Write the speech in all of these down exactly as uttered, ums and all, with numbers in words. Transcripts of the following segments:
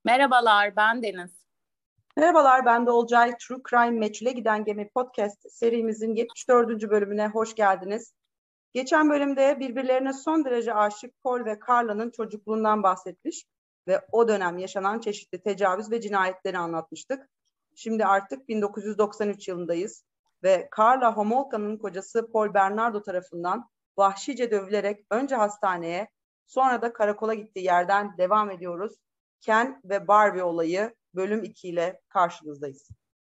Merhabalar, ben Deniz. Merhabalar, ben de Olcay. True Crime Meçhule Giden Gemi podcast serimizin yetmiş dördüncü bölümüne hoş geldiniz. Geçen bölümde birbirlerine son derece aşık Paul ve Carla'nın çocukluğundan bahsetmiş ve o dönem yaşanan çeşitli tecavüz ve cinayetleri anlatmıştık. Şimdi artık bin dokuz yüz doksan üç yılındayız ve Carla Homolka'nın kocası Paul Bernardo tarafından vahşice dövülerek önce hastaneye, sonra da karakola gittiği yerden devam ediyoruz. Ken ve Barbie olayı bölüm iki ile karşınızdayız.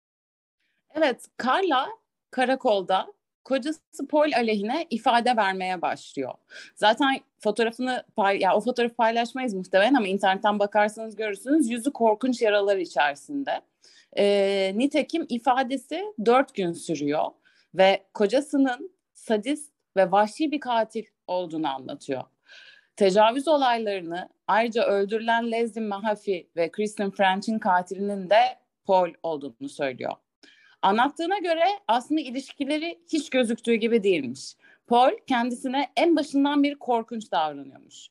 Evet, Carla karakolda kocası Paul aleyhine ifade vermeye başlıyor. Zaten fotoğrafını pay ya o fotoğrafı paylaşmayız muhtemelen ama internetten bakarsanız görürsünüz. Yüzü korkunç yaralar içerisinde. Ee, nitekim ifadesi dört gün sürüyor ve kocasının sadist ve vahşi bir katil olduğunu anlatıyor. Tecavüz olaylarını, ayrıca öldürülen Leslie Mahaffey ve Kristen French'in katilinin de Paul olduğunu söylüyor. Anlattığına göre aslında ilişkileri hiç gözüktüğü gibi değilmiş. Paul kendisine en başından beri korkunç davranıyormuş.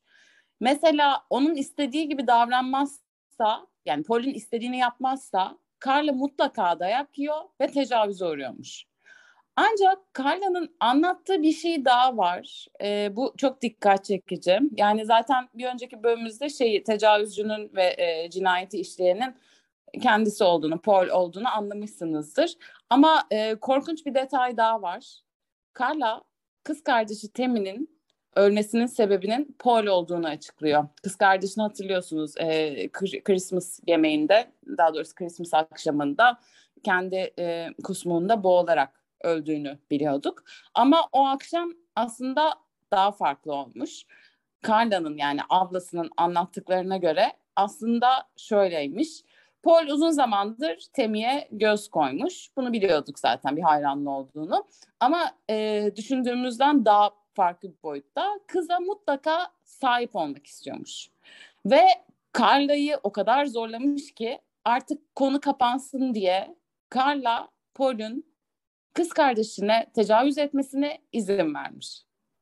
Mesela onun istediği gibi davranmazsa, yani Paul'ün istediğini yapmazsa Carla mutlaka dayak yiyor ve tecavüze uğruyormuş. Ancak Carla'nın anlattığı bir şey daha var. Ee, bu çok dikkat çekici. Yani zaten bir önceki bölümümüzde şeyi tecavüzcünün ve e, cinayeti işleyenin kendisi olduğunu, Paul olduğunu anlamışsınızdır. Ama e, korkunç bir detay daha var. Carla, kız kardeşi Tammy'nin ölmesinin sebebinin Paul olduğunu açıklıyor. Kız kardeşini hatırlıyorsunuz, e, Christmas yemeğinde, daha doğrusu Christmas akşamında kendi e, kusmuğunda boğularak öldüğünü biliyorduk. Ama o akşam aslında daha farklı olmuş. Carla'nın, yani ablasının anlattıklarına göre aslında şöyleymiş. Paul uzun zamandır Tammy'ye göz koymuş. Bunu biliyorduk zaten, bir hayranlı olduğunu. Ama e, düşündüğümüzden daha farklı bir boyutta kıza mutlaka sahip olmak istiyormuş. Ve Carla'yı o kadar zorlamış ki artık konu kapansın diye Carla, Paul'ün kız kardeşine tecavüz etmesine izin vermiş.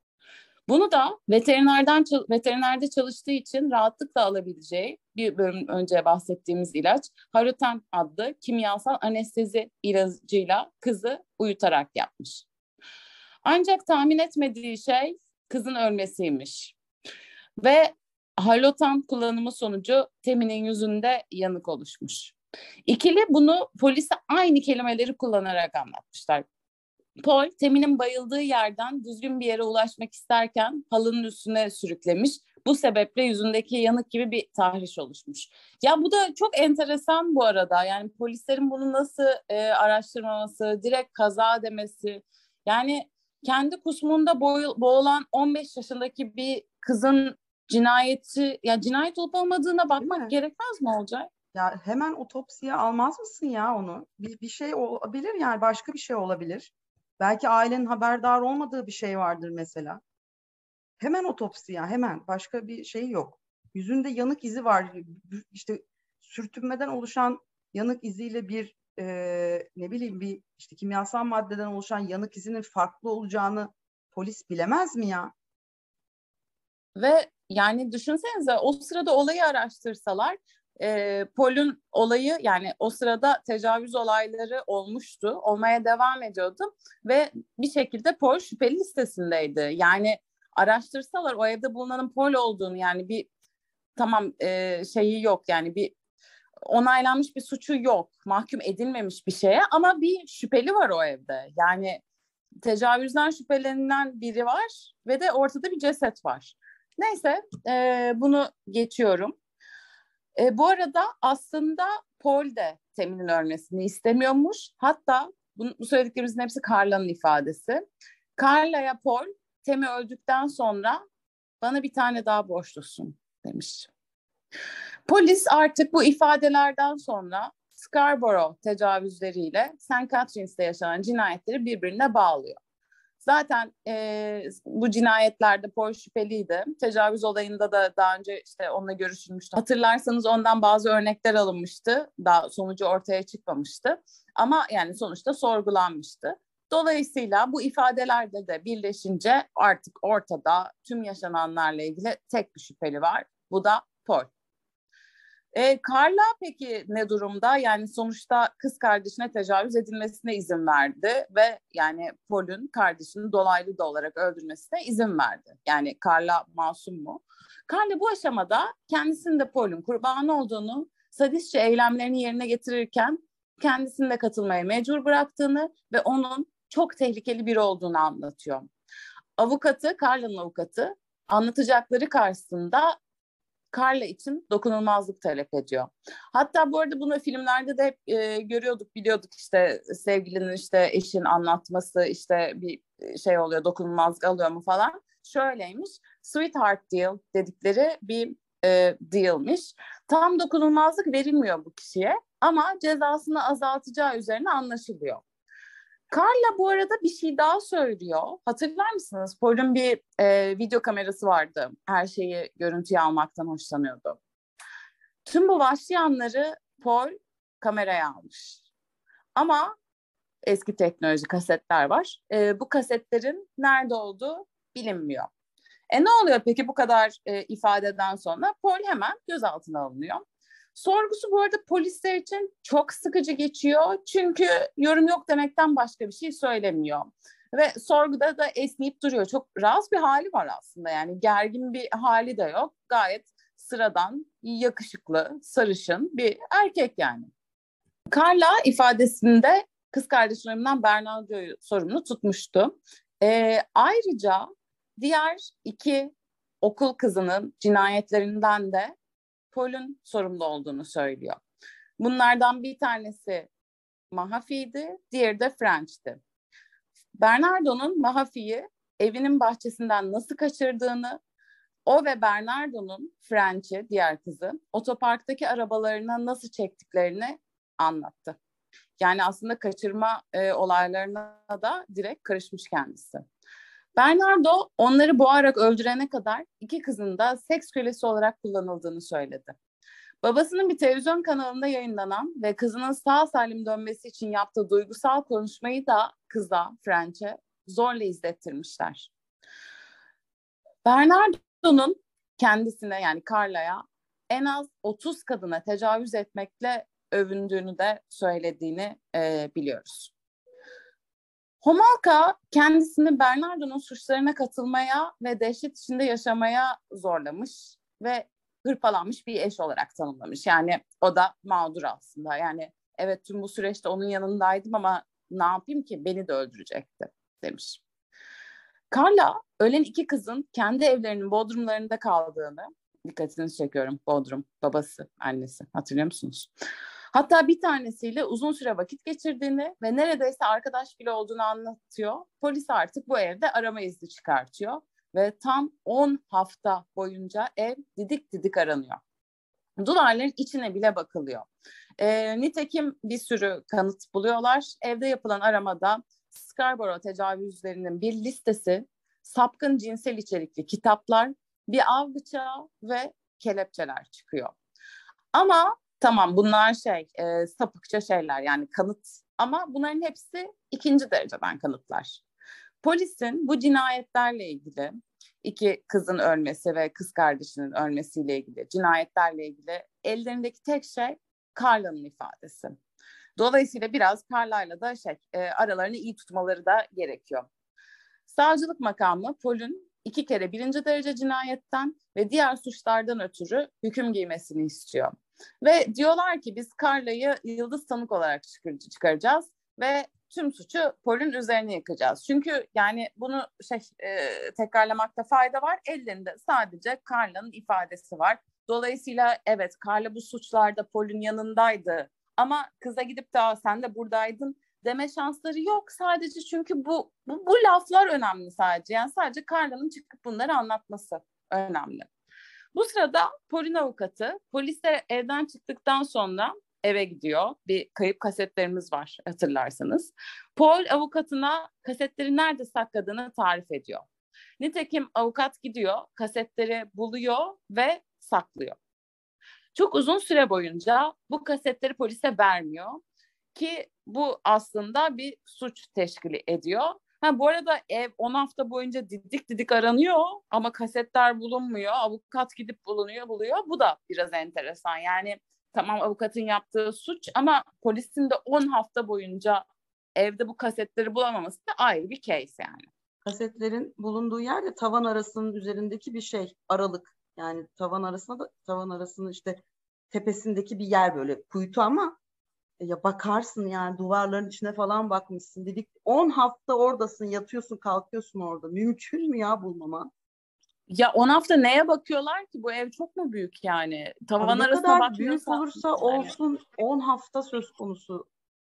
Bunu da veterinerden veterinerde çalıştığı için rahatlıkla alabileceği bir bölüm önce bahsettiğimiz ilaç Haloten adlı kimyasal anestezi ilacıyla kızı uyutarak yapmış. Ancak tahmin etmediği şey kızın ölmesiymiş. Ve Haloten kullanımı sonucu Tammy'nin yüzünde yanık oluşmuş. İkili bunu polise aynı kelimeleri kullanarak anlatmışlar. Paul, Tammy'nin bayıldığı yerden düzgün bir yere ulaşmak isterken halının üstüne sürüklemiş. Bu sebeple yüzündeki yanık gibi bir tahriş oluşmuş. Ya bu da çok enteresan bu arada. Yani polislerin bunu nasıl e, araştırmaması, direkt kaza demesi. Yani kendi kusmunda boğul, boğulan on beş yaşındaki bir kızın cinayeti, ya cinayet olup olmadığına bakmak gerekmez mi Olcay? Ya hemen otopsiye almaz mısın ya onu? Bir, bir şey olabilir, yani başka bir şey olabilir. Belki ailenin haberdar olmadığı bir şey vardır mesela. Hemen otopsi ya, hemen. Başka bir şey yok. Yüzünde yanık izi var. İşte sürtünmeden oluşan yanık iziyle bir e, ne bileyim bir işte kimyasal maddeden oluşan yanık izinin farklı olacağını polis bilemez mi ya? Ve yani düşünsenize, o sırada olayı araştırsalar, e, Paul'ün olayı, yani o sırada tecavüz olayları olmuştu, olmaya devam ediyordu ve bir şekilde Paul şüpheli listesindeydi. Yani araştırsalar o evde bulunanın Paul olduğunu, yani bir tamam e, şeyi yok, yani bir onaylanmış bir suçu yok, mahkum edilmemiş bir şeye, ama bir şüpheli var o evde. Yani tecavüzden şüphelenilen biri var ve de ortada bir ceset var. Neyse, e, bunu geçiyorum. E, bu arada aslında Paul de Tammy'nin ölmesini istemiyormuş. Hatta bu, bu söylediklerimizin hepsi Carla'nın ifadesi. Carla'ya Paul, Tammy öldükten sonra bana bir tane daha borçlusun demiş. Polis artık bu ifadelerden sonra Scarborough tecavüzleriyle Saint Catherines'te yaşanan cinayetleri birbirine bağlıyor. Zaten e, bu cinayetlerde Paul şüpheliydi. Tecavüz olayında da daha önce işte onunla görüşülmüştü. Hatırlarsanız ondan bazı örnekler alınmıştı. Daha sonucu ortaya çıkmamıştı. Ama yani sonuçta sorgulanmıştı. Dolayısıyla bu ifadelerde de birleşince artık ortada tüm yaşananlarla ilgili tek bir şüpheli var. Bu da Paul. E, Carla peki ne durumda? Yani sonuçta kız kardeşine tecavüz edilmesine izin verdi ve yani Paul'ün kardeşini dolaylı da olarak öldürmesine izin verdi. Yani Carla masum mu? Carla bu aşamada kendisinin de Paul'ün kurbanı olduğunu, sadistçe eylemlerini yerine getirirken kendisini de katılmaya mecbur bıraktığını ve onun çok tehlikeli biri olduğunu anlatıyor. Avukatı, Carla'nın avukatı anlatacakları karşısında Carla için dokunulmazlık talep ediyor. Hatta bu arada bunu filmlerde de hep e, görüyorduk, biliyorduk işte sevgilinin işte eşin anlatması işte bir şey oluyor, dokunulmazlık alıyor mu falan. Şöyleymiş, sweetheart deal dedikleri bir e, dealmiş. Tam dokunulmazlık verilmiyor bu kişiye ama cezasını azaltacağı üzerine anlaşılıyor. Carla bu arada bir şey daha söylüyor. Hatırlar mısınız? Paul'un bir e, video kamerası vardı. Her şeyi görüntüye almaktan hoşlanıyordu. Tüm bu vahşi anları Paul kameraya almış. Ama eski teknoloji kasetler var. E, bu kasetlerin nerede olduğu bilinmiyor. E ne oluyor peki bu kadar e, ifadeden sonra? Paul hemen gözaltına alınıyor. Sorgusu bu arada polisler için çok sıkıcı geçiyor. Çünkü yorum yok demekten başka bir şey söylemiyor. Ve sorguda da esneyip duruyor. Çok rahat bir hali var aslında. Yani gergin bir hali de yok. Gayet sıradan, yakışıklı, sarışın bir erkek yani. Carla ifadesinde kız kardeşlerinden Bernardo'yu sorumlu tutmuştu. Ee, ayrıca diğer iki okul kızının cinayetlerinden de Paul'ün sorumlu olduğunu söylüyor. Bunlardan bir tanesi Mahafi'ydi, diğeri de French'ti. Bernardo'nun Mahafi'yi evinin bahçesinden nasıl kaçırdığını, o ve Bernardo'nun French'i, diğer kızı, otoparktaki arabalarına nasıl çektiklerini anlattı. Yani aslında kaçırma e, olaylarına da direkt karışmış kendisi. Bernardo onları boğarak öldürene kadar iki kızın da seks kölesi olarak kullanıldığını söyledi. Babasının bir televizyon kanalında yayınlanan ve kızının sağ salim dönmesi için yaptığı duygusal konuşmayı da kıza, French'e zorla izlettirmişler. Bernardo'nun kendisine yani Carla'ya en az otuz kadına tecavüz etmekle övündüğünü de söylediğini e, biliyoruz. Homolka kendisini Bernardo'nun suçlarına katılmaya ve dehşet içinde yaşamaya zorlamış ve hırpalanmış bir eş olarak tanımlamış. Yani o da mağdur aslında. Yani evet tüm bu süreçte onun yanındaydım ama ne yapayım ki beni de öldürecekti demiş. Carla ölen iki kızın kendi evlerinin bodrumlarında kaldığını, dikkatinizi çekiyorum, bodrum, babası, annesi, hatırlıyor musunuz? Hatta bir tanesiyle uzun süre vakit geçirdiğini ve neredeyse arkadaş bile olduğunu anlatıyor. Polis artık bu evde arama izni çıkartıyor ve tam on hafta boyunca ev didik didik aranıyor. Duvarların içine bile bakılıyor. E, nitekim bir sürü kanıt buluyorlar. Evde yapılan aramada Scarborough tecavüzlerinin bir listesi, sapkın cinsel içerikli kitaplar, bir av bıçağı ve kelepçeler çıkıyor. Ama tamam bunlar şey e, sapıkça şeyler yani kanıt ama bunların hepsi ikinci dereceden kanıtlar. Polisin bu cinayetlerle ilgili iki kızın ölmesi ve kız kardeşinin ölmesiyle ilgili cinayetlerle ilgili ellerindeki tek şey Carla'nın ifadesi. Dolayısıyla biraz Carla'yla da şey e, aralarını iyi tutmaları da gerekiyor. Savcılık makamı Paul'ün iki kere birinci derece cinayetten ve diğer suçlardan ötürü hüküm giymesini istiyor. Ve diyorlar ki biz Carla'yı yıldız tanık olarak çıkaracağız ve tüm suçu Paul'ün üzerine yıkacağız. Çünkü yani bunu şey e, tekrarlamakta fayda var. Ellerinde sadece Carla'nın ifadesi var. Dolayısıyla evet Carla bu suçlarda Paul'ün yanındaydı ama kıza gidip de sen de buradaydın deme şansları yok. Sadece çünkü bu, bu, bu laflar önemli sadece. Yani sadece Carla'nın çıkıp bunları anlatması önemli. Bu sırada Paul'ün avukatı polisler evden çıktıktan sonra eve gidiyor. Bir kayıp kasetlerimiz var hatırlarsanız. Paul avukatına kasetleri nerede sakladığını tarif ediyor. Nitekim avukat gidiyor, kasetleri buluyor ve saklıyor. Çok uzun süre boyunca bu kasetleri polise vermiyor ki bu aslında bir suç teşkil ediyor. Ha, bu arada ev on hafta boyunca didik didik aranıyor ama kasetler bulunmuyor. Avukat gidip bulunuyor, buluyor. Bu da biraz enteresan. Yani tamam, avukatın yaptığı suç ama polisin de on hafta boyunca evde bu kasetleri bulamaması da ayrı bir case yani. Kasetlerin bulunduğu yer de tavan arasının üzerindeki bir şey, aralık. Yani tavan arasında da tavan arasının işte tepesindeki bir yer, böyle kuytu ama ya bakarsın yani duvarların içine falan bakmışsın. Dedik on hafta oradasın, yatıyorsun, kalkıyorsun orada. Mümkün mü ya bulmama? Ya on hafta neye bakıyorlar ki? Bu ev çok mu büyük yani? Abi Tavan ne arasına kadar büyük bakmıyorsa olursa yani olsun on hafta söz konusu.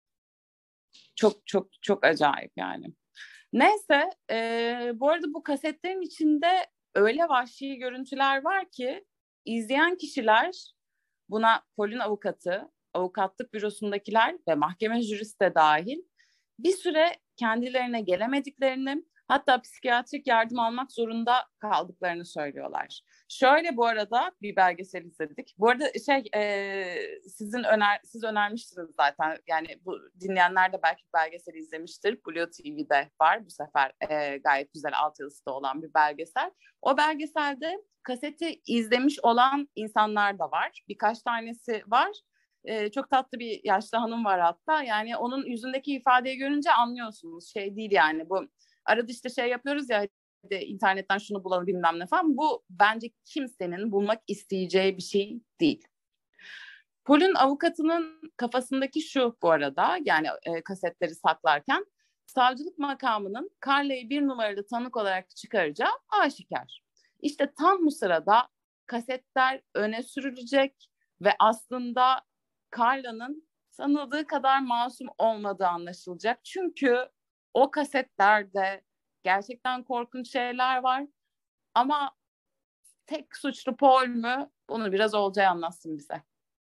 çok çok çok acayip yani. Neyse, e, bu arada bu kasetlerin içinde öyle vahşi görüntüler var ki izleyen kişiler, buna Paul'ün avukatı, avukatlık bürosundakiler ve mahkeme jürisi de dahil, bir süre kendilerine gelemediklerini, hatta psikiyatrik yardım almak zorunda kaldıklarını söylüyorlar. Şöyle, bu arada bir belgesel izledik. Bu arada şey, e, sizin öner siz önermiştiniz zaten. Yani bu dinleyenler de belki belgeseli izlemiştir. Blue T V'de var bu sefer, e, gayet güzel altyazısı da olan bir belgesel. O belgeselde kaseti izlemiş olan insanlar da var. Birkaç tanesi var. Ee, çok tatlı bir yaşlı hanım var hatta. Yani onun yüzündeki ifadeyi görünce anlıyorsunuz. Şey değil yani, bu arada işte şey yapıyoruz ya, hadi internetten şunu bulalım bilmem ne falan. Bu bence kimsenin bulmak isteyeceği bir şey değil. Paul'ün avukatının kafasındaki şu bu arada, yani e, kasetleri saklarken, savcılık makamının Carla'yı bir numaralı tanık olarak çıkaracağı aşikar. İşte tam bu sırada kasetler öne sürülecek ve aslında Carla'nın sanıldığı kadar masum olmadığı anlaşılacak. Çünkü o kasetlerde gerçekten korkunç şeyler var ama tek suçlu Paul mü? Bunu biraz Olcay anlatsın bize.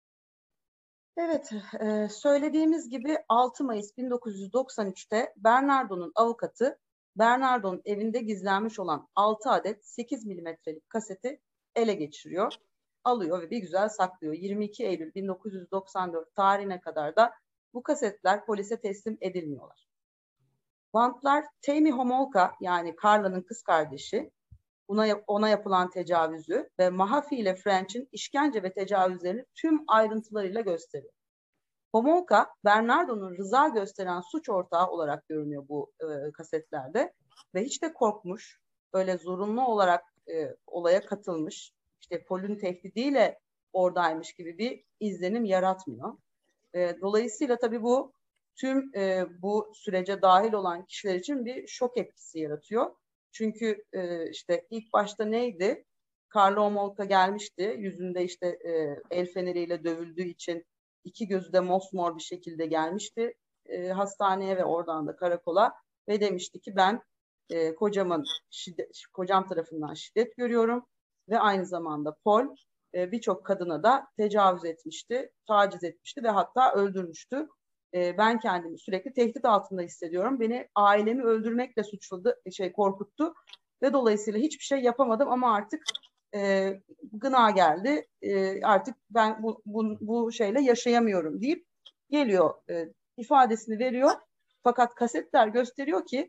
Evet, e, söylediğimiz gibi altı Mayıs bin dokuz yüz doksan üçte Bernardo'nun avukatı, Bernardo'nun evinde gizlenmiş olan altı adet sekiz milimetrelik kaseti ele geçiriyor, alıyor ve bir güzel saklıyor. yirmi iki Eylül bin dokuz yüz doksan dört tarihine kadar da bu kasetler polise teslim edilmiyorlar. Bantlar Tammy Homolka, yani Carla'nın kız kardeşi, ona, ona yapılan tecavüzü ve Mahaffey ile French'in işkence ve tecavüzlerini tüm ayrıntılarıyla gösteriyor. Homolka, Bernardo'nun rıza gösteren suç ortağı olarak görünüyor bu e, kasetlerde ve hiç de korkmuş, öyle zorunlu olarak e, olaya katılmış, işte Paul'ün tehdidiyle oradaymış gibi bir izlenim yaratmıyor. E, dolayısıyla tabii bu tüm e, bu sürece dahil olan kişiler için bir şok etkisi yaratıyor. Çünkü e, işte ilk başta neydi? Carlo Homolka gelmişti. Yüzünde işte e, el feneriyle dövüldüğü için iki gözü de mosmor bir şekilde gelmişti e, hastaneye ve oradan da karakola ve demişti ki ben e, kocamın şiddet, kocam tarafından şiddet görüyorum ve aynı zamanda Paul e, birçok kadına da tecavüz etmişti, taciz etmişti ve hatta öldürmüştü. E, ben kendimi sürekli tehdit altında hissediyorum. Beni ailemi öldürmekle suçladı, şey korkuttu ve dolayısıyla hiçbir şey yapamadım ama artık e, gına geldi. E, artık ben bu, bu, bu şeyle yaşayamıyorum deyip geliyor, e, ifadesini veriyor. Fakat kasetler gösteriyor ki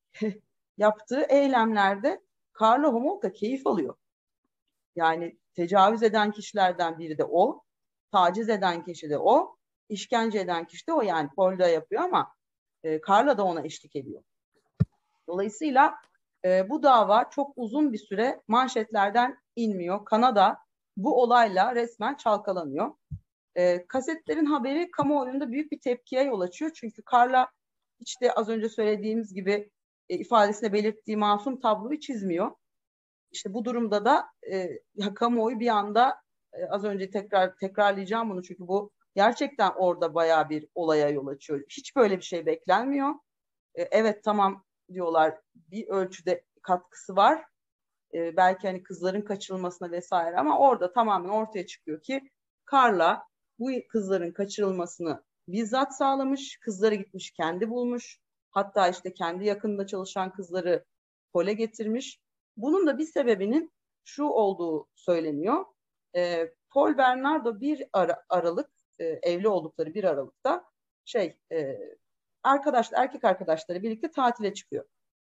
yaptığı eylemlerde Carlo Homolka keyif alıyor. Yani tecavüz eden kişilerden biri de o, taciz eden kişi de o, işkence eden kişi de o. Yani Paul da yapıyor ama e, Carla da ona eşlik ediyor. Dolayısıyla e, bu dava çok uzun bir süre manşetlerden inmiyor. Kanada bu olayla resmen çalkalanıyor. E, kasetlerin haberi kamuoyunda büyük bir tepkiye yol açıyor. Çünkü Carla hiç de az önce söylediğimiz gibi e, ifadesinde belirttiği masum tabloyu çizmiyor. İşte bu durumda da e, ya, kamuoyu bir anda e, az önce tekrar tekrarlayacağım bunu çünkü bu gerçekten orada bayağı bir olaya yol açıyor. Hiç böyle bir şey beklenmiyor. E, evet tamam diyorlar, bir ölçüde katkısı var. E, belki hani kızların kaçırılmasına vesaire ama orada tamamen ortaya çıkıyor ki Carla bu kızların kaçırılmasını bizzat sağlamış. Kızları gitmiş kendi bulmuş. Hatta işte kendi yakınında çalışan kızları kole getirmiş. Bunun da bir sebebinin şu olduğu söyleniyor. E, Paul Bernardo bir Ara, Aralık e, evli oldukları bir Aralık'ta şey e, arkadaş erkek arkadaşları birlikte tatile çıkıyor.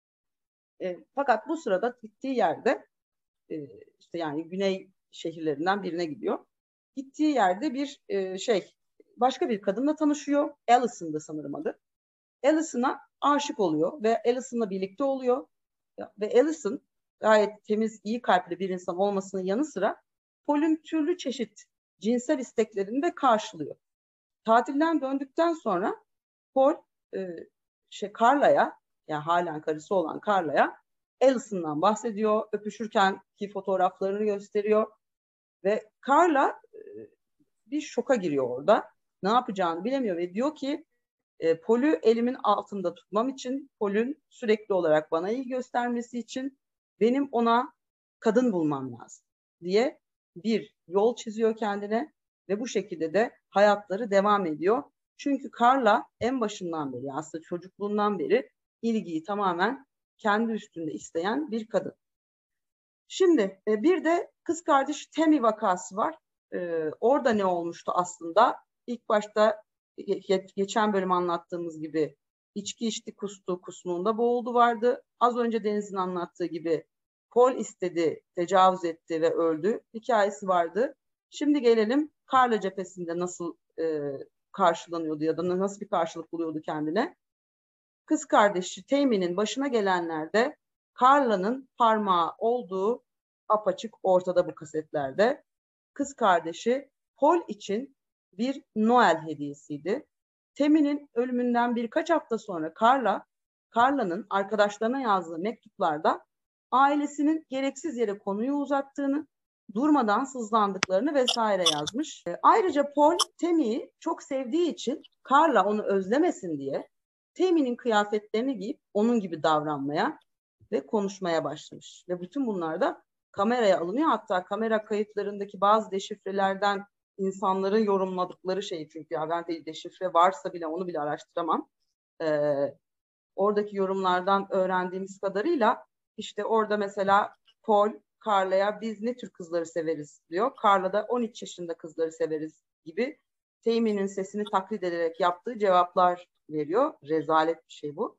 E, fakat bu sırada gittiği yerde e, işte yani güney şehirlerinden birine gidiyor. Gittiği yerde bir e, şey başka bir kadınla tanışıyor. Allison'da sanırım adı. Allison'a aşık oluyor ve Allison'la birlikte oluyor. Ve Allison gayet temiz, iyi kalpli bir insan olmasının yanı sıra Paul'ün türlü çeşit cinsel isteklerini de karşılıyor. Tatilden döndükten sonra Paul e, şey Carla'ya, yani halen karısı olan Carla'ya Allison'dan bahsediyor. Öpüşürken ki fotoğraflarını gösteriyor. Ve Carla e, bir şoka giriyor orada. Ne yapacağını bilemiyor ve diyor ki e, Paul'ü elimin altında tutmam için, Paul'ün sürekli olarak bana ilgi göstermesi için benim ona kadın bulmam lazım diye bir yol çiziyor kendine ve bu şekilde de hayatları devam ediyor. Çünkü Carla en başından beri, aslında çocukluğundan beri ilgiyi tamamen kendi üstünde isteyen bir kadın. Şimdi e, bir de kız kardeş Tammy vakası var. E, orada ne olmuştu aslında? İlk başta ge- geçen bölüm anlattığımız gibi içki içti, kustu, kusmuğunda boğuldu vardı. Az önce Deniz'in anlattığı gibi Paul istedi, tecavüz etti ve öldü hikayesi vardı. Şimdi gelelim Carla cephesinde nasıl e, karşılanıyordu ya da nasıl bir karşılık buluyordu kendine. Kız kardeşi Tammy'nin başına gelenlerde Carla'nın parmağı olduğu apaçık ortada bu kasetlerde. Kız kardeşi Paul için bir Noel hediyesiydi. Tammy'nin ölümünden birkaç hafta sonra Carla, Carla'nın arkadaşlarına yazdığı mektuplarda ailesinin gereksiz yere konuyu uzattığını, durmadan sızlandıklarını vesaire yazmış. E, ayrıca Paul, Tammy'yi çok sevdiği için Carla onu özlemesin diye Tammy'nin kıyafetlerini giyip onun gibi davranmaya ve konuşmaya başlamış. Ve bütün bunlar da kameraya alınıyor. Hatta kamera kayıtlarındaki bazı deşifrelerden insanların yorumladıkları şey, çünkü ya ben de deşifre varsa bile onu bile araştıramam. Ee, oradaki yorumlardan öğrendiğimiz kadarıyla işte orada mesela Paul Carla'ya biz ne tür kızları severiz diyor. Carla da on üç yaşında kızları severiz gibi Tammy'nin sesini taklit ederek yaptığı cevaplar veriyor. Rezalet bir şey bu.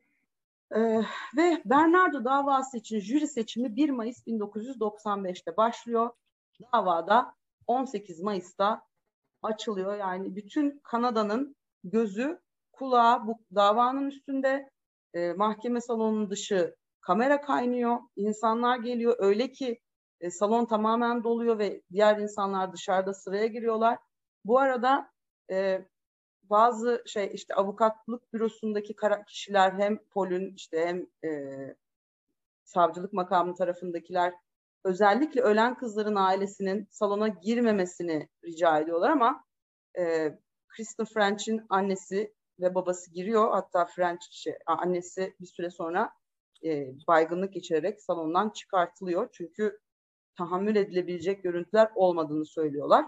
Ee, ve Bernardo davası için jüri seçimi bir Mayıs bin dokuz yüz doksan beşte başlıyor. Davada on sekiz Mayıs'ta açılıyor. Yani bütün Kanada'nın gözü, kulağı bu davanın üstünde. E, mahkeme salonunun dışı kamera kaynıyor. İnsanlar geliyor. Öyle ki e, salon tamamen doluyor ve diğer insanlar dışarıda sıraya giriyorlar. Bu arada e, bazı şey işte avukatlık bürosundaki kişiler hem Paul'ün işte hem e, savcılık makamı tarafındakiler özellikle ölen kızların ailesinin salona girmemesini rica ediyorlar ama e, Kristen French'in annesi ve babası giriyor. Hatta French şey, annesi bir süre sonra e, baygınlık geçirerek salondan çıkartılıyor. Çünkü tahammül edilebilecek görüntüler olmadığını söylüyorlar.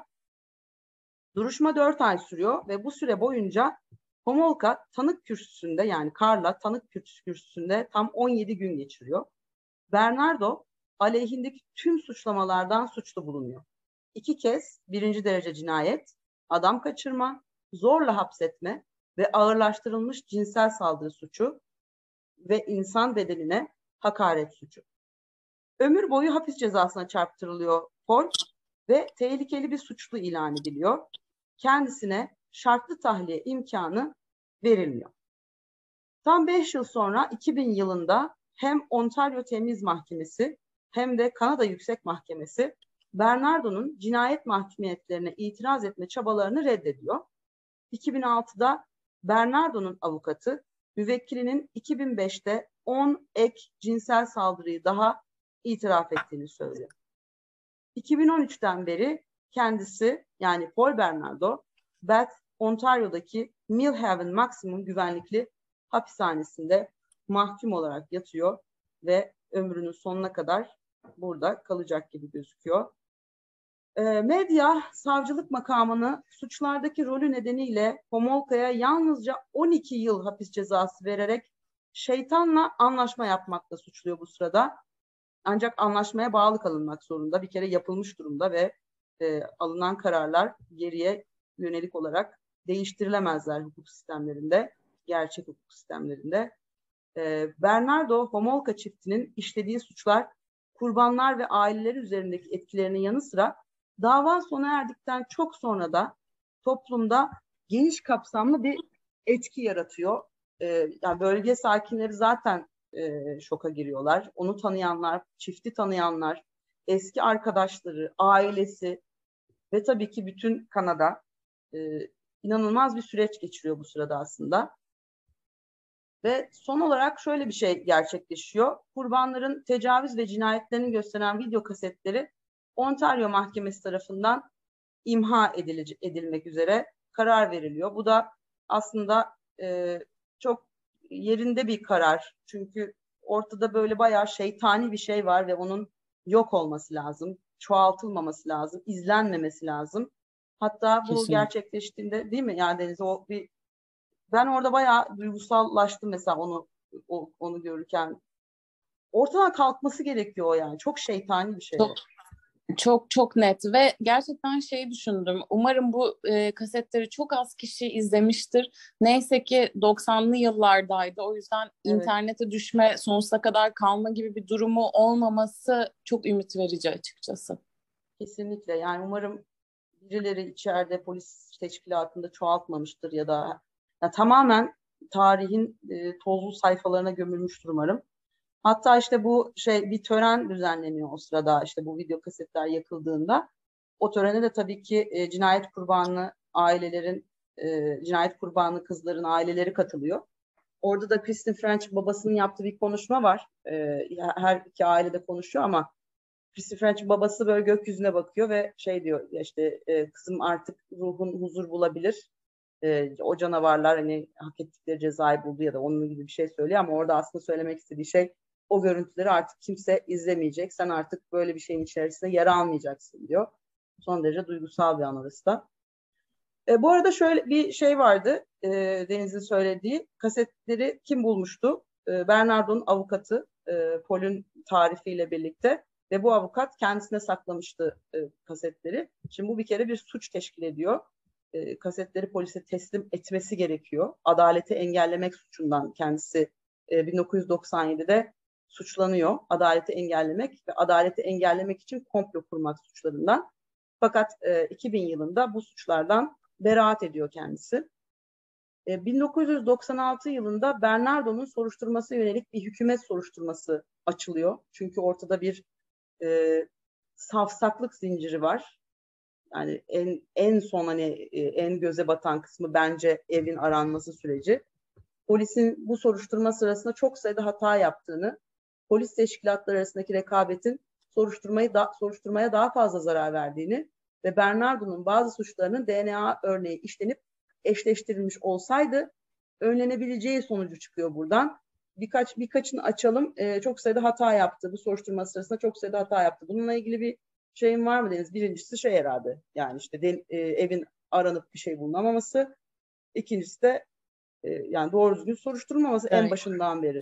Duruşma dört ay sürüyor ve bu süre boyunca Homolka tanık kürsüsünde, yani Carla tanık kürsüsünde tam on yedi gün geçiriyor. Bernardo aleyhindeki tüm suçlamalardan suçlu bulunuyor. İki kez birinci derece cinayet, adam kaçırma, zorla hapsetme ve ağırlaştırılmış cinsel saldırı suçu ve insan bedenine hakaret suçu. Ömür boyu hapis cezasına çarptırılıyor Paul ve tehlikeli bir suçlu ilan ediliyor. Kendisine şartlı tahliye imkanı verilmiyor. Tam beş yıl sonra iki bin yılında hem Ontario Temiz Mahkemesi hem de Kanada Yüksek Mahkemesi Bernardo'nun cinayet mahkumiyetlerine itiraz etme çabalarını reddediyor. iki bin altıda Bernardo'nun avukatı müvekkilinin iki bin beşte on ek cinsel saldırıyı daha itiraf ettiğini söylüyor. iki bin on üçten beri kendisi, yani Paul Bernardo, Bath, Ontario'daki Millhaven maksimum güvenlikli hapishanesinde mahkum olarak yatıyor ve ömrünün sonuna kadar burada kalacak gibi gözüküyor. E, medya savcılık makamını suçlardaki rolü nedeniyle Homolka'ya yalnızca on iki yıl hapis cezası vererek şeytanla anlaşma yapmakla suçluyor bu sırada. Ancak anlaşmaya bağlı kalınmak zorunda. Bir kere yapılmış durumda ve e, alınan kararlar geriye yönelik olarak değiştirilemezler hukuk sistemlerinde, gerçek hukuk sistemlerinde. E, Bernardo Homolka çiftinin işlediği suçlar kurbanlar ve aileleri üzerindeki etkilerinin yanı sıra dava sona erdikten çok sonra da toplumda geniş kapsamlı bir etki yaratıyor. Ee, yani bölge sakinleri zaten e, şoka giriyorlar. Onu tanıyanlar, çifti tanıyanlar, eski arkadaşları, ailesi ve tabii ki bütün Kanada e, inanılmaz bir süreç geçiriyor bu sırada aslında. Ve son olarak şöyle bir şey gerçekleşiyor. Kurbanların tecavüz ve cinayetlerini gösteren video kasetleri Ontario Mahkemesi tarafından imha edilecek, edilmek üzere karar veriliyor. Bu da aslında e, çok yerinde bir karar. Çünkü ortada böyle bayağı şeytani bir şey var ve onun yok olması lazım, çoğaltılmaması lazım, izlenmemesi lazım. Hatta bu Kesinlikle. gerçekleştiğinde, değil mi? Yani Deniz, o bir ben orada bayağı duygusallaştım mesela onu o, onu görürken. Ortadan kalkması gerekiyor o yani. Çok şeytani bir şey. Çok çok çok net ve gerçekten şey düşündüm. Umarım bu e, kasetleri çok az kişi izlemiştir. Neyse ki doksanlı yıllardaydı. O yüzden Evet. internete düşme, sonsuza kadar kalma gibi bir durumu olmaması çok ümit verici açıkçası. Kesinlikle. Yani umarım birileri içeride polis teşkilatında çoğaltmamıştır ya da ya tamamen tarihin e, tozlu sayfalarına gömülmüştür umarım. Hatta işte bu şey bir tören düzenleniyor o sırada, işte bu video kasetler yakıldığında. O törene de tabii ki e, cinayet kurbanı ailelerin, e, cinayet kurbanı kızların aileleri katılıyor. Orada da Kristen French babasının yaptığı bir konuşma var. E, her iki aile de konuşuyor ama Kristen French babası böyle gökyüzüne bakıyor ve şey diyor, ya işte e, kızım artık ruhun huzur bulabilir. E, o canavarlar hani hak ettikleri cezayı buldu ya da onun gibi bir şey söylüyor ama orada aslında söylemek istediği şey, o görüntüleri artık kimse izlemeyecek. Sen artık böyle bir şeyin içerisinde yer almayacaksın diyor. Son derece duygusal bir an orası da. E, bu arada şöyle bir şey vardı. E, Deniz'in söylediği kasetleri kim bulmuştu? E, Bernardo'nun avukatı e, Paul'ün tarifiyle birlikte ve bu avukat kendisine saklamıştı e, kasetleri. Şimdi bu bir kere bir suç teşkil ediyor. E, kasetleri polise teslim etmesi gerekiyor. Adaleti engellemek suçundan kendisi e, bin dokuz yüz doksan yedide suçlanıyor. Adaleti engellemek ve adaleti engellemek için komplo kurmak suçlarından. Fakat e, iki bin yılında bu suçlardan beraat ediyor kendisi. E, bin dokuz yüz doksan altı yılında Bernardo'nun soruşturması yönelik bir hükümet soruşturması açılıyor. Çünkü ortada bir e, safsaklık zinciri var. Yani en en son hani e, en göze batan kısmı bence evin aranması süreci. Polisin bu soruşturma sırasında çok sayıda hata yaptığını, polis teşkilatları arasındaki rekabetin soruşturmayı da, soruşturmaya daha fazla zarar verdiğini ve Bernardo'nun bazı suçlarının D N A örneği işlenip eşleştirilmiş olsaydı önlenebileceği sonucu çıkıyor buradan. Birkaç birkaçını açalım. Ee, çok sayıda hata yaptı. Bu soruşturma sırasında çok sayıda hata yaptı. Bununla ilgili bir şeyin var mı Deniz? Birincisi şey herhalde. Yani işte de, e, evin aranıp bir şey bulunamaması. İkincisi de e, yani doğru düzgün soruşturulmaması Evet. en başından beri.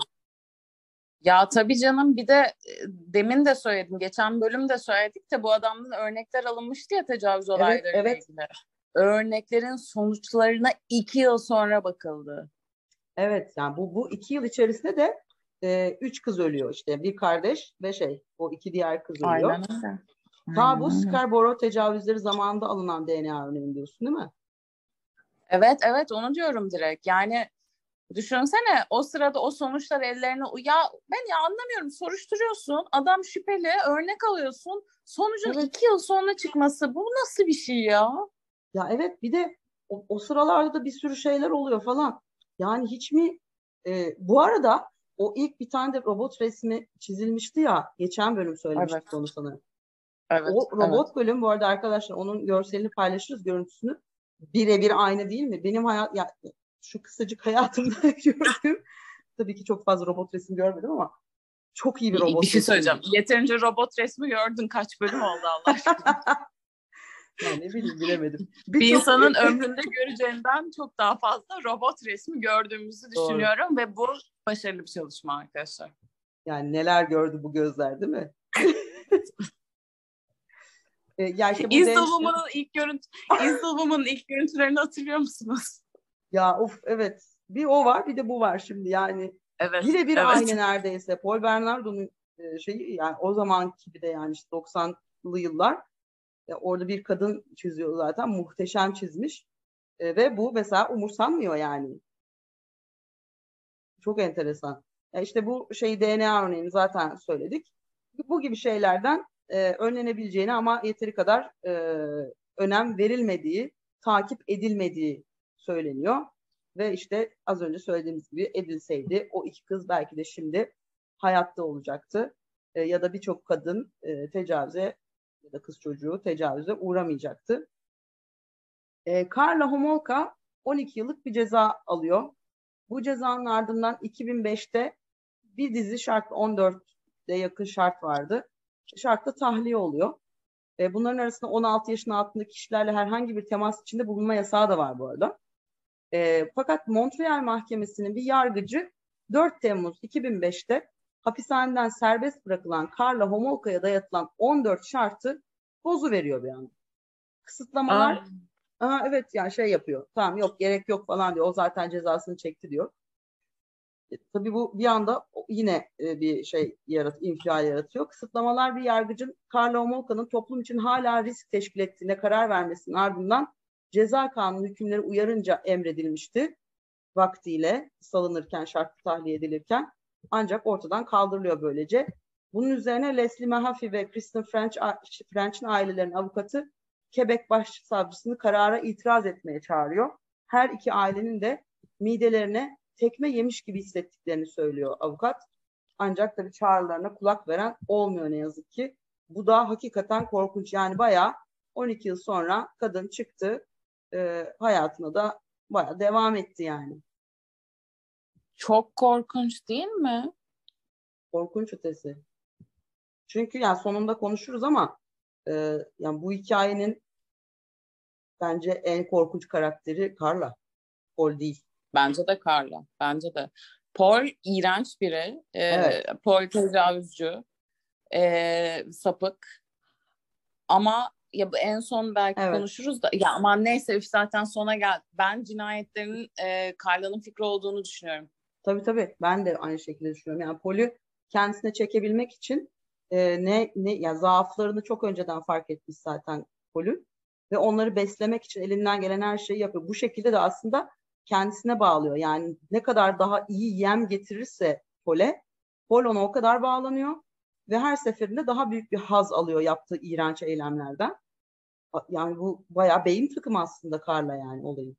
Ya tabii canım, bir de e, demin de söyledim, geçen bölümde söyledik de bu adamdan örnekler alınmıştı ya tecavüz olaylarıyla Evet, evet. ilgili. Örneklerin sonuçlarına iki yıl sonra bakıldı. Evet, yani bu bu iki yıl içerisinde de e, üç kız ölüyor işte. Bir kardeş ve şey o iki diğer kız ölüyor. Aynen öyle. Ta bu Aynen öyle. Scarborough tecavüzleri zamanında alınan D N A örneği diyorsun değil mi? Evet evet, onu diyorum direkt. Yani düşünsene, o sırada o sonuçlar ellerine, ya ben ya anlamıyorum, soruşturuyorsun, adam şüpheli, örnek alıyorsun, sonucun Evet. iki yıl sonra çıkması, bu nasıl bir şey ya? Ya evet, bir de o, o sıralarda da bir sürü şeyler oluyor falan. Yani hiç mi e, bu arada o ilk bir tane de robot resmi çizilmişti ya, geçen bölüm söylemiştik Evet. onu sana. Evet, O evet. robot bölüm bu arada arkadaşlar, onun görselini paylaşırız, görüntüsünü. Birebir aynı değil mi? Benim hayat ya, şu kısacık hayatımda gördüğüm, tabii ki çok fazla robot resim görmedim ama çok iyi bir Bir, robot bir şey resmi. söyleyeceğim. Yeterince robot resmi gördün. Kaç bölüm oldu Allah aşkına? Yani ne bileyim, bilemedim. Bir, Bir insanın çok... ömründe göreceğinden çok daha fazla robot resmi gördüğümüzü düşünüyorum. Doğru. Ve bu başarılı bir çalışma arkadaşlar. Yani neler gördü bu gözler, değil mi? e, ya işte bu İzluvum'un ilk görüntü, İzluvum'un ilk görüntülerini hatırlıyor musunuz? Ya of, evet. Bir o var, bir de bu var şimdi yani. Evet. Birebir evet. aynı neredeyse. Paul Bernardo'nun e, şeyi yani o zamanki bir de yani işte doksanlı yıllar e, orada bir kadın çiziyor zaten. Muhteşem çizmiş. E, ve bu mesela umursanmıyor yani. Çok enteresan. Ya işte bu şey D N A örneğini zaten söyledik. Bu gibi şeylerden e, önlenebileceğini ama yeteri kadar e, önem verilmediği, takip edilmediği söyleniyor. Ve işte az önce söylediğimiz gibi edilseydi o iki kız belki de şimdi hayatta olacaktı. E, ya da birçok kadın e, tecavüze ya da kız çocuğu tecavüze uğramayacaktı. E, Karla Homolka on iki yıllık bir ceza alıyor. Bu cezanın ardından iki bin beşte bir dizi şartlı on dörtte yakın şart vardı. Şartlı tahliye oluyor. E, bunların arasında on altı yaşın altındaki kişilerle herhangi bir temas içinde bulunma yasağı da var bu arada. E, fakat Montreal Mahkemesi'nin bir yargıcı dört Temmuz iki bin beşte hapishaneden serbest bırakılan Karla Homolka'ya dayatılan on dört şartı bozuveriyor bir anda. Kısıtlamalar Aa. Aha, evet yani şey yapıyor. Tamam yok gerek yok falan diyor. O zaten cezasını çekti diyor. E, tabii bu bir anda yine e, bir şey yarat, infial yaratıyor. Kısıtlamalar bir yargıcın Karla Homolka'nın toplum için hala risk teşkil ettiğine karar vermesinin ardından ceza kanunu hükümleri uyarınca emredilmişti. Vaktiyle salınırken, şartlı tahliye edilirken ancak ortadan kaldırılıyor böylece. Bunun üzerine Leslie Mahaffey ve Kristen French, French'in ailelerinin avukatı Quebec Başsavcısını karara itiraz etmeye çağırıyor. Her iki ailenin de midelerine tekme yemiş gibi hissettiklerini söylüyor avukat. Ancak tabii çağrılarına kulak veren olmuyor ne yazık ki. Bu da hakikaten korkunç. Yani bayağı on iki yıl sonra kadın çıktı, e, hayatına da bayağı devam etti yani. Çok korkunç değil mi? Korkunç ötesi. Çünkü yani sonunda konuşuruz ama e, yani bu hikayenin bence en korkunç karakteri Carla. Paul değil. Bence de Carla. Bence de. Paul iğrenç biri. Ee, Evet. Paul tecavüzcü. Ee, sapık. Ama ya bu en son belki Evet. konuşuruz da ya aman neyse üf zaten sona gel. Ben cinayetlerin e, Carla'nın fikri olduğunu düşünüyorum. Tabii tabii. Ben de aynı şekilde düşünüyorum. Yani Paul'ü kendisine çekebilmek için e, ne ne ya zaaflarını çok önceden fark etmiş zaten Paul'ün ve onları beslemek için elinden gelen her şeyi yapıyor. Bu şekilde de aslında kendisine bağlıyor. Yani ne kadar daha iyi yem getirirse Paul'e, Paul ona o kadar bağlanıyor ve her seferinde daha büyük bir haz alıyor yaptığı iğrenç eylemlerden. Yani bu bayağı beyin takımı aslında Carla yani olayı.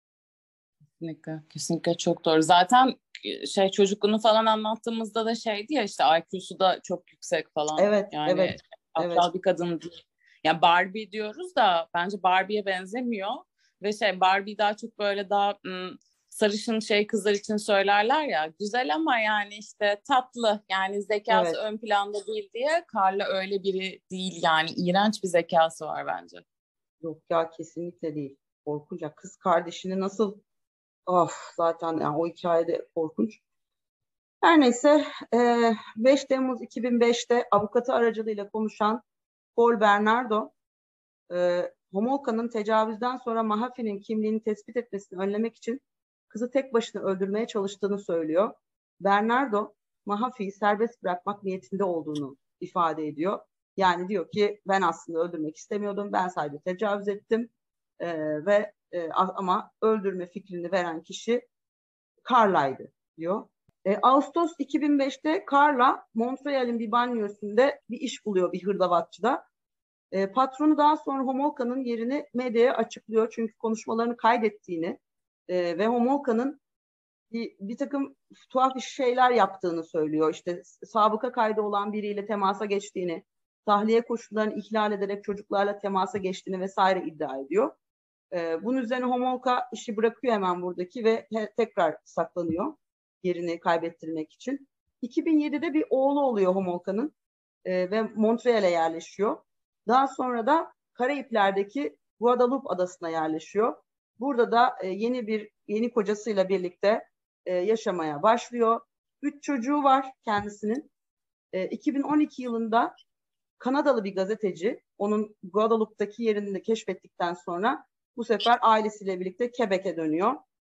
Kesinlikle, kesinlikle çok doğru. Zaten şey çocukluğunu falan anlattığımızda da şeydi ya işte I Q'su da çok yüksek falan. Evet, Yani evet, evet. aptal bir kadın değil. Yani Barbie diyoruz da bence Barbie'ye benzemiyor. Ve şey Barbie daha çok böyle daha ım, sarışın şey kızlar için söylerler ya güzel ama yani işte tatlı yani zekası Evet. ön planda değil diye Carla öyle biri değil yani iğrenç bir zekası var bence. Yok ya kesinlikle değil. Korkunç. Ya kız kardeşini nasıl of zaten yani o hikayede korkunç. Her neyse e, beş Temmuz iki bin beşte avukatı aracılığıyla konuşan Paul Bernardo e, Homolka'nın tecavüzden sonra Mahaffey'nin kimliğini tespit etmesini önlemek için kızı tek başına öldürmeye çalıştığını söylüyor. Bernardo Mahaffey'i serbest bırakmak niyetinde olduğunu ifade ediyor. Yani diyor ki ben aslında öldürmek istemiyordum. Ben sadece tecavüz ettim. E, ve e, ama öldürme fikrini veren kişi Carla'ydı diyor. E, Ağustos iki bin beşte Carla Montreal'in bir banyosunda bir iş buluyor bir hırdavatçıda. E, patronu daha sonra Homolka'nın yerini medyaya açıklıyor. Çünkü konuşmalarını kaydettiğini e, ve Homolka'nın bir, bir takım tuhaf şeyler yaptığını söylüyor. İşte sabıka kaydı olan biriyle temasa geçtiğini, tahliye koşullarını ihlal ederek çocuklarla temasa geçtiğini vesaire iddia ediyor. E, bunun üzerine Homolka işi bırakıyor hemen buradaki ve he, tekrar saklanıyor yerini kaybettirmek için. iki bin yedide bir oğlu oluyor Homolka'nın e, ve Montreal'e yerleşiyor. Daha sonra da Karayipler'deki Guadalupe adasına yerleşiyor. Burada da e, yeni bir yeni kocasıyla birlikte e, yaşamaya başlıyor. Üç çocuğu var kendisinin. E, iki bin on iki yılında Kanadalı bir gazeteci onun Guadalupe'daki yerini keşfettikten sonra bu sefer ailesiyle birlikte Quebec'e dönüyor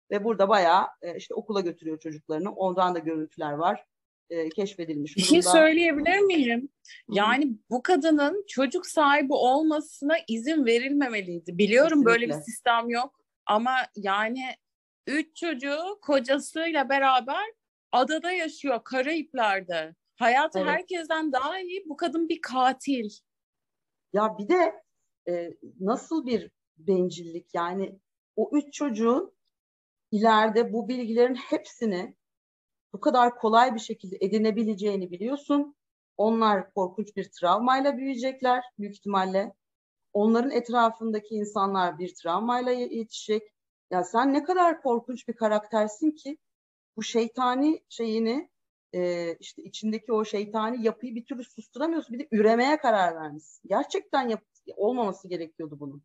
Ve burada bayağı e, işte okula götürüyor çocuklarını. Ondan da görüntüler var. E, keşfedilmiş Bir şey durumda. söyleyebilir miyim? Hı hı. Yani bu kadının çocuk sahibi olmasına izin verilmemeliydi. Biliyorum böyle bir Kesinlikle. sistem yok ama yani üç çocuğu kocasıyla beraber adada yaşıyor, Karayipler'de. Hayatı Evet. herkesten daha iyi. Bu kadın bir katil. Ya bir de e, nasıl bir bencillik, yani o üç çocuğun ileride bu bilgilerin hepsini bu kadar kolay bir şekilde edinebileceğini biliyorsun. Onlar korkunç bir travmayla büyüyecekler büyük ihtimalle. Onların etrafındaki insanlar bir travmayla yetişecek. Ya sen ne kadar korkunç bir karaktersin ki bu şeytani şeyini, e, işte içindeki o şeytani yapıyı bir türlü susturamıyorsun. Bir de üremeye karar vermişsin. Gerçekten yap olmaması gerekiyordu bunun.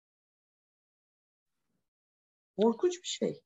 Korkunç bir şey.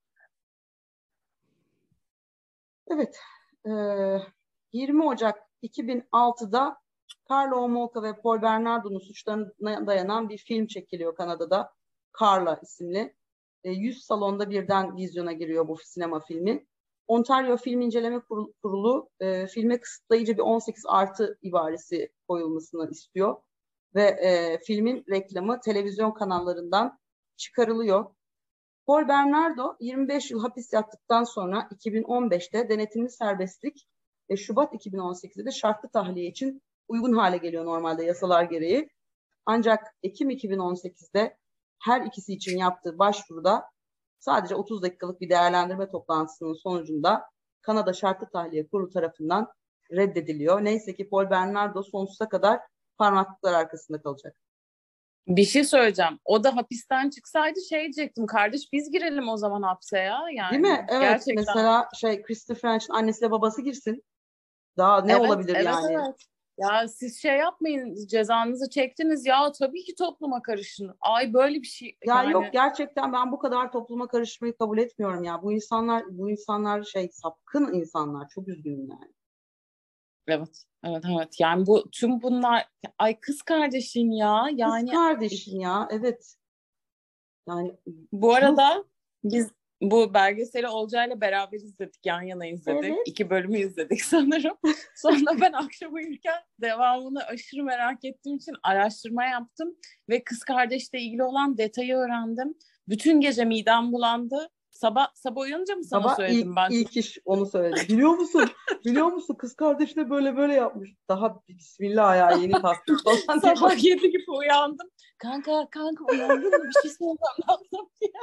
Evet. E, yirmi Ocak iki bin altıda Carla Homolka ve Paul Bernardo'nun suçlarına dayanan bir film çekiliyor Kanada'da. Carla isimli. E, yüz salonda birden vizyona giriyor bu sinema filmi. Ontario Film İnceleme Kurulu e, filme kısıtlayıcı bir on sekiz artı ibaresi koyulmasını istiyor. Ve e, filmin reklamı televizyon kanallarından çıkarılıyor. Paul Bernardo yirmi beş yıl hapis yattıktan sonra iki bin on beşte denetimli serbestlik ve Şubat iki bin on sekizde de şartlı tahliye için uygun hale geliyor normalde yasalar gereği. Ancak Ekim iki bin on sekizde her ikisi için yaptığı başvuruda sadece otuz dakikalık bir değerlendirme toplantısının sonucunda Kanada Şartlı Tahliye Kurulu tarafından reddediliyor. Neyse ki Paul Bernardo sonsuza kadar parmaklıklar arkasında kalacak. Bir şey söyleyeceğim. O da hapisten çıksaydı şey diyecektim. Kardeş biz girelim o zaman hapse ya. Yani Değil mi? Evet. Gerçekten. Mesela şey Kristen French'in annesiyle babası girsin. Daha ne Evet, olabilir evet, yani? evet. Ya siz şey yapmayın, cezanızı çektiniz ya, tabii ki topluma karışın. Ay böyle bir şey Ya yani. yok, gerçekten ben bu kadar topluma karışmayı kabul etmiyorum ya. Bu insanlar bu insanlar şey sapkın insanlar. Çok üzgünüm yani. Evet, evet, evet. Yani bu tüm bunlar, ay kız kardeşin ya. Kız Yani kardeşin ya, evet. Yani bu yuh. arada biz bu belgeseli Olcay'la beraber izledik, yan yana izledik. Evet. İki bölümü izledik sanırım. Sonra ben akşam uyurken devamını aşırı merak ettiğim için araştırma yaptım ve kız kardeşle ilgili olan detayı öğrendim. Bütün gece midem bulandı. Sabah sabah uyanınca mı sana Baba ilk, söyledim ben? ilk iş onu söyledi. Biliyor musun? Biliyor musun? Kız kardeşine böyle böyle yapmış. Daha bismillah ya, yeni kalkmış falan diye. Sabah yedi gibi uyandım. Kanka kanka uyandın mı? Bir şey söylemem lazım diye.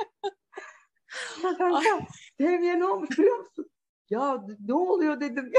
Ya kanka, Devye ne olmuş biliyor musun? Ya ne oluyor dedim.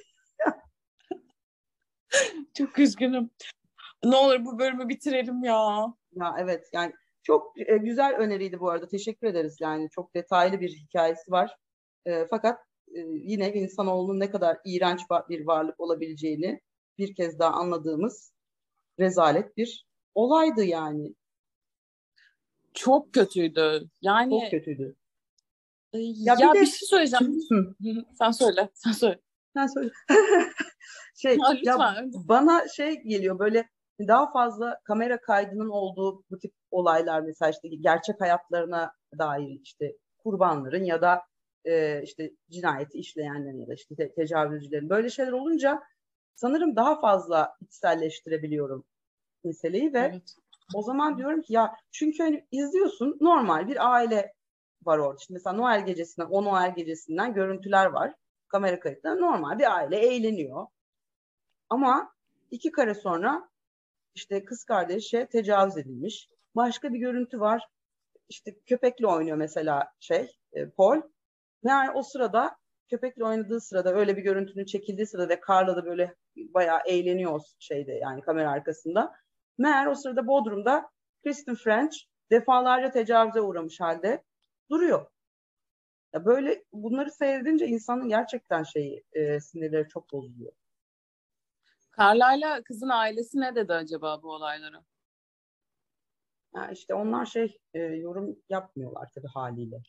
Çok üzgünüm. Ne olur bu bölümü bitirelim ya. Ya evet, yani çok e, güzel öneriydi bu arada. Teşekkür ederiz yani. Çok detaylı bir hikayesi var. E, fakat e, yine insanoğlunun ne kadar iğrenç bir varlık olabileceğini bir kez daha anladığımız rezalet bir olaydı yani. Çok kötüydü. Yani Çok kötüydü. e, Ya bir ya bir de şey söyleyeceğim. hı, Sen söyle, sen söyle. sen söyle. Şey Ya ya lütfen. bana şey geliyor, böyle daha fazla kamera kaydının olduğu bu tip olaylar, mesela işte gerçek hayatlarına dair, işte kurbanların ya da e, işte cinayeti işleyenlerin ya da işte te- tecavüzcülerin, böyle şeyler olunca sanırım daha fazla içselleştirebiliyorum meseleyi ve Evet. o zaman diyorum ki ya, çünkü hani izliyorsun, normal bir aile var orada. İşte mesela Noel gecesinden, o Noel gecesinden görüntüler var. Kamera kayıtları, normal bir aile eğleniyor. Ama iki kare sonra işte kız kardeşe tecavüz edilmiş. Başka bir görüntü var. İşte köpekle oynuyor mesela şey e, Paul. Yani o sırada, köpekle oynadığı sırada, öyle bir görüntünün çekildiği sırada ve Carla da böyle bayağı eğleniyor şeyde, yani kamera arkasında. Meğer o sırada Bodrum'da Kristen French defalarca tecavüze uğramış halde duruyor. Ya böyle bunları seyredince insanın gerçekten şeyi e, sinirleri çok bozuluyor. Carla'yla kızın ailesi ne dedi acaba bu olaylara? Yani işte onlar şey e, yorum yapmıyorlar tabii haliyle.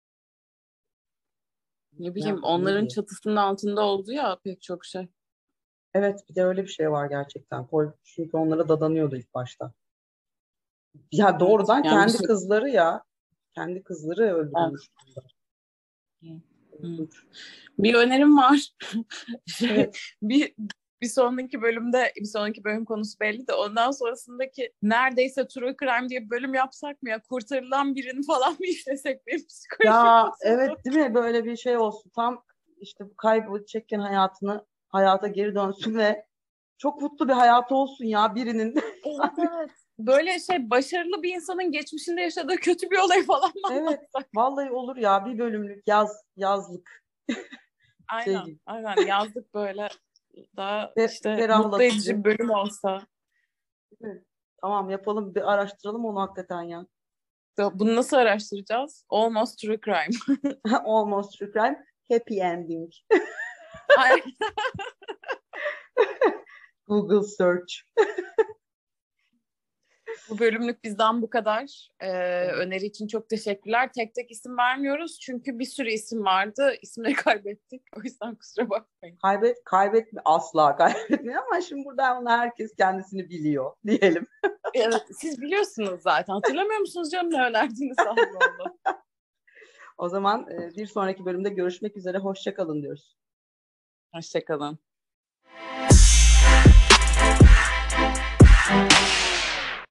Ne Ne bileyim, yapsın, ne onların diyor? çatısının altında oldu ya pek çok şey. Evet, bir de öyle bir şey var gerçekten. Paul çünkü onlara dadanıyordu ilk başta. Ya Evet. doğrudan Yani bir kendi şey kızları ya. Kendi kızları öldürülmüş. Evet. Bir önerim var. şey, evet. bir bir sonraki bölümde, bir sonraki bölüm konusu belli de ondan sonrasındaki neredeyse true crime diye bir bölüm yapsak mı ya? Kurtarılan birini falan mı işlesek, benim psikolojim Ya bozuldu. evet, değil mi? Böyle bir şey olsun. Tam işte bu kaybedecekken hayatını hayata geri dönsün ve çok mutlu bir hayatı olsun ya birinin. Evet, evet. Böyle şey, başarılı bir insanın geçmişinde yaşadığı kötü bir olay falan mı Evet. anlatsak? Vallahi olur ya, bir bölümlük yaz yazlık. Aynen. Şey Aynen. Yazdık böyle daha Fe, işte mutlu edici ferahlatıcı. bir bölüm olsa. Evet. Tamam, yapalım, bir araştıralım onu hakikaten ya. Bunu nasıl araştıracağız? Almost True Crime. Almost True Crime. Happy Ending. Ay, Google Search. bu bölümlük bizden bu kadar. Ee, Evet. öneri için çok teşekkürler. Tek tek isim vermiyoruz çünkü bir sürü isim vardı. İsimleri kaybettik. O yüzden kusura bakmayın. Kaybet, kaybetme, asla kaybetmiyor ama şimdi buradan herkes kendisini biliyor diyelim. Evet, siz biliyorsunuz zaten. Hatırlamıyor musunuz canım ne önerdiğiniz oldu. O zaman bir sonraki bölümde görüşmek üzere. Hoşça kalın diyoruz. Hoşça kalın.